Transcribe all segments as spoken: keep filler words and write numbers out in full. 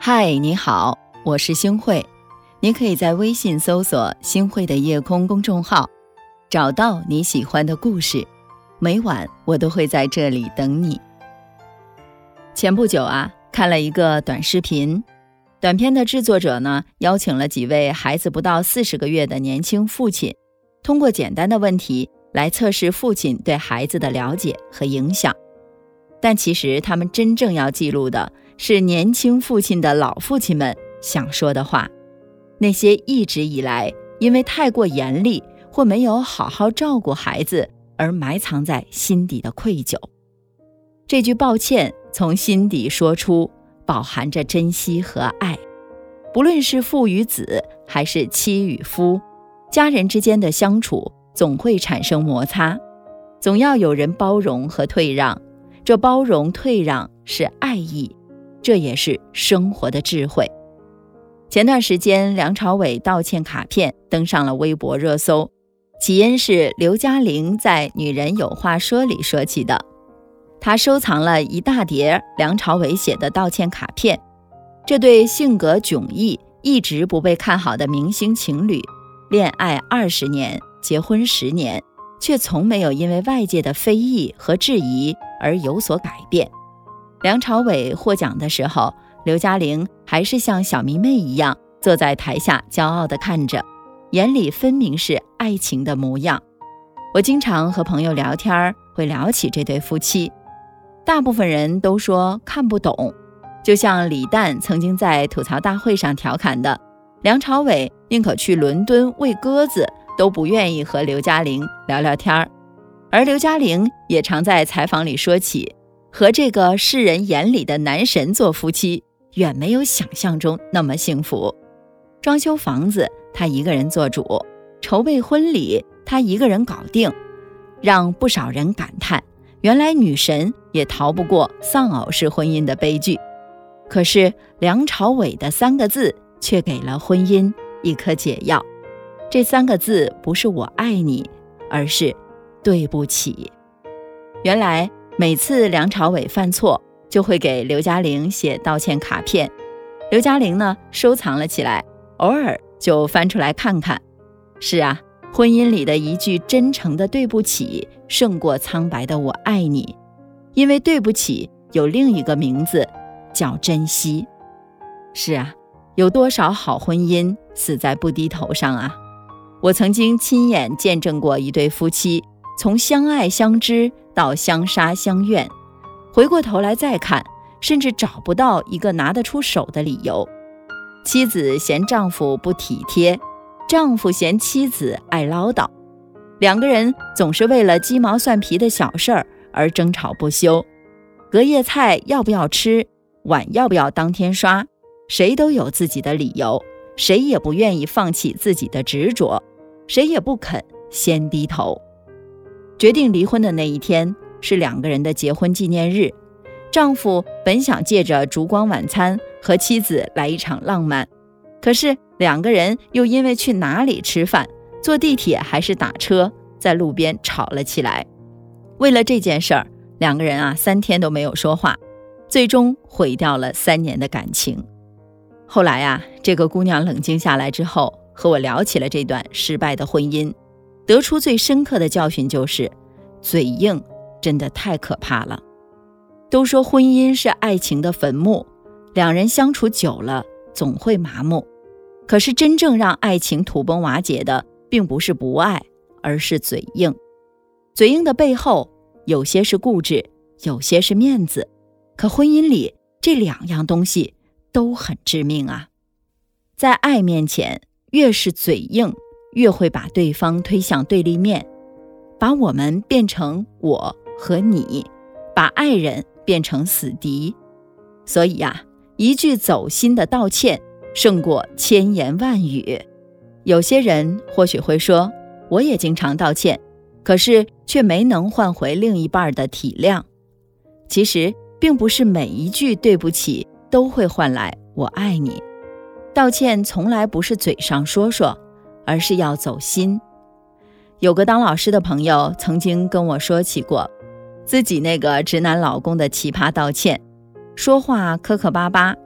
嗨，你好，我是星慧。你可以在微信搜索星慧的夜空公众号，找到你喜欢的故事。每晚我都会在这里等你。前不久啊，看了一个短视频，短片的制作者呢，邀请了几位孩子不到四十个月的年轻父亲，通过简单的问题来测试父亲对孩子的了解和影响。但其实他们真正要记录的是年轻父亲的老父亲们想说的话，那些一直以来因为太过严厉或没有好好照顾孩子而埋藏在心底的愧疚。这句抱歉从心底说出，饱含着珍惜和爱。不论是父与子，还是妻与夫，家人之间的相处总会产生摩擦，总要有人包容和退让。这包容退让是爱意，这也是生活的智慧。前段时间梁朝伟道歉卡片登上了微博热搜，起因是刘嘉玲在《女人有话说》里说起的。她收藏了一大叠梁朝伟写的道歉卡片，这对性格迥异、一直不被看好的明星情侣，恋爱二十年，结婚十年，却从没有因为外界的非议和质疑而有所改变。梁朝伟获奖的时候，刘嘉玲还是像小迷妹一样坐在台下骄傲地看着，眼里分明是爱情的模样。我经常和朋友聊天，会聊起这对夫妻，大部分人都说看不懂，就像李诞曾经在吐槽大会上调侃的，梁朝伟宁可去伦敦喂鸽子，都不愿意和刘嘉玲聊聊天。而刘嘉玲也常在采访里说起，和这个世人眼里的男神做夫妻，远没有想象中那么幸福。装修房子他一个人做主，筹备婚礼他一个人搞定，让不少人感叹，原来女神也逃不过丧偶式婚姻的悲剧。可是梁朝伟的三个字却给了婚姻一颗解药，这三个字不是我爱你，而是对不起。原来每次梁朝伟犯错，就会给刘嘉玲写道歉卡片，刘嘉玲呢收藏了起来，偶尔就翻出来看看。是啊，婚姻里的一句真诚的对不起，胜过苍白的我爱你。因为对不起有另一个名字，叫珍惜。是啊，有多少好婚姻死在不低头上啊。我曾经亲眼见证过一对夫妻从相爱相知到相杀相怨，回过头来再看，甚至找不到一个拿得出手的理由。妻子嫌丈夫不体贴，丈夫嫌妻子爱唠叨，两个人总是为了鸡毛蒜皮的小事儿而争吵不休。隔夜菜要不要吃，碗要不要当天刷，谁都有自己的理由，谁也不愿意放弃自己的执着，谁也不肯先低头。决定离婚的那一天是两个人的结婚纪念日，丈夫本想借着烛光晚餐和妻子来一场浪漫，可是两个人又因为去哪里吃饭，坐地铁还是打车，在路边吵了起来。为了这件事儿，两个人啊三天都没有说话，最终毁掉了三年的感情。后来啊，这个姑娘冷静下来之后，和我聊起了这段失败的婚姻，得出最深刻的教训就是，嘴硬真的太可怕了。都说婚姻是爱情的坟墓，两人相处久了总会麻木。可是真正让爱情土崩瓦解的，并不是不爱，而是嘴硬。嘴硬的背后，有些是固执，有些是面子。可婚姻里这两样东西都很致命啊。在爱面前，越是嘴硬，越会把对方推向对立面，把我们变成我和你，把爱人变成死敌。所以啊，一句走心的道歉胜过千言万语。有些人或许会说，我也经常道歉，可是却没能换回另一半的体谅。其实并不是每一句对不起都会换来我爱你，道歉从来不是嘴上说说，而是要走心。有个当老师的朋友曾经跟我说起过自己那个直男老公的奇葩道歉，说话磕磕巴巴，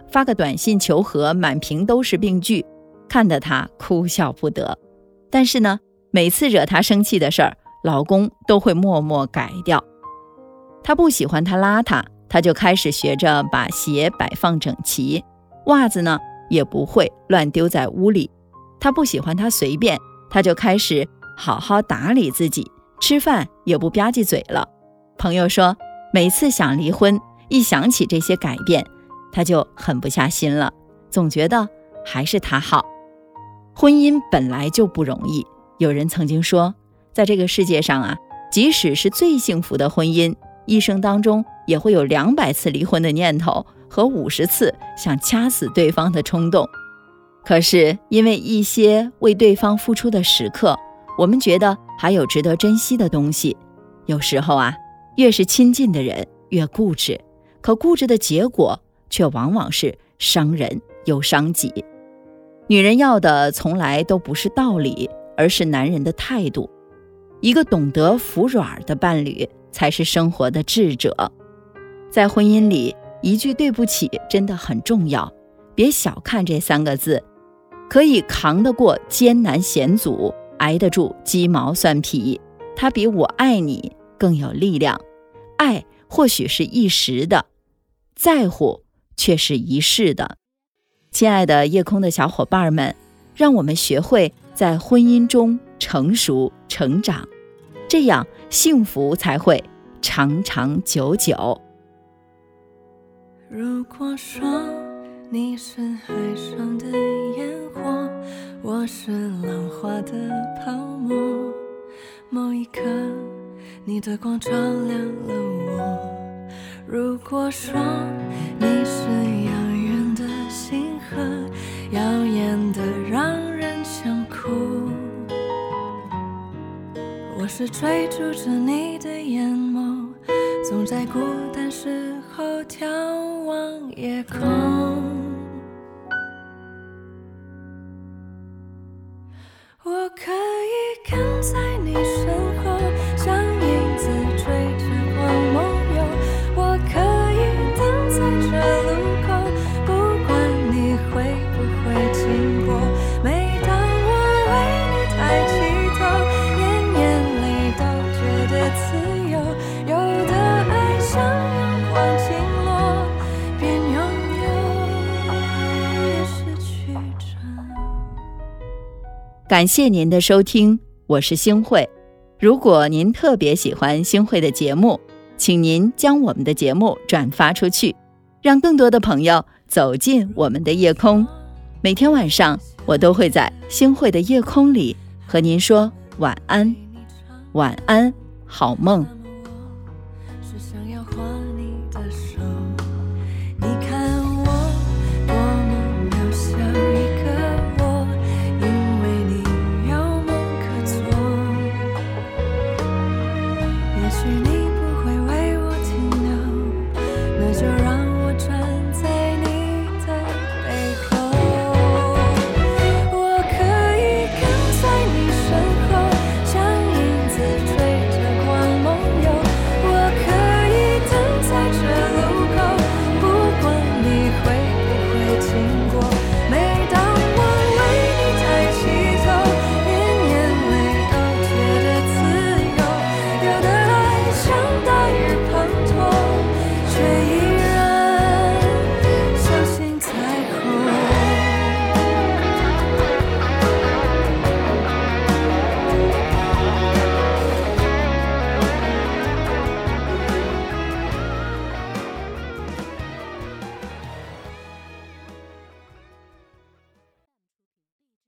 发个短信求和，满屏都是病句，看得她哭笑不得。但是呢，每次惹她生气的事儿，老公都会默默改掉。她不喜欢她邋遢，她就开始学着把鞋摆放整齐，袜子呢也不会乱丢在屋里。她不喜欢她随便，她就开始好好打理自己，吃饭也不吧唧嘴了。朋友说，每次想离婚，一想起这些改变，她就狠不下心了，总觉得还是他好。婚姻本来就不容易，有人曾经说，在这个世界上啊，即使是最幸福的婚姻，一生当中也会有两百次离婚的念头和五十次想掐死对方的冲动。可是因为一些为对方付出的时刻，我们觉得还有值得珍惜的东西。有时候啊，越是亲近的人越固执，可固执的结果却往往是伤人又伤己。女人要的从来都不是道理，而是男人的态度。一个懂得服软的伴侣才是生活的智者。在婚姻里，一句对不起真的很重要，别小看这三个字，可以扛得过艰难险阻，挨得住鸡毛蒜皮，它比我爱你更有力量。爱或许是一时的，在乎却是一世的。亲爱的夜空的小伙伴们，让我们学会在婚姻中成熟成长，这样幸福才会长长久久。 如果说你是海上的烟火，我是浪花的泡沫，某一刻你的光照亮了我。如果说你是遥远的星河，耀眼的让人想哭，我是追逐着你的眼眸，总在孤单时候眺望夜空。我可以跟在你身后，像影子追着光梦游。我可以等在这路口，不管你会不会经过。每当我为你抬起头，眼眼里都觉得自由。有的爱像阳光倾落，边拥有边失去着。 感谢您的收听，我是星慧。如果您特别喜欢星慧的节目，请您将我们的节目转发出去，让更多的朋友走进我们的夜空。每天晚上，我都会在星慧的夜空里和您说晚安，晚安，好梦。 是想要画你的手，你看我多么渺小一个我，因为你有梦可做。也许你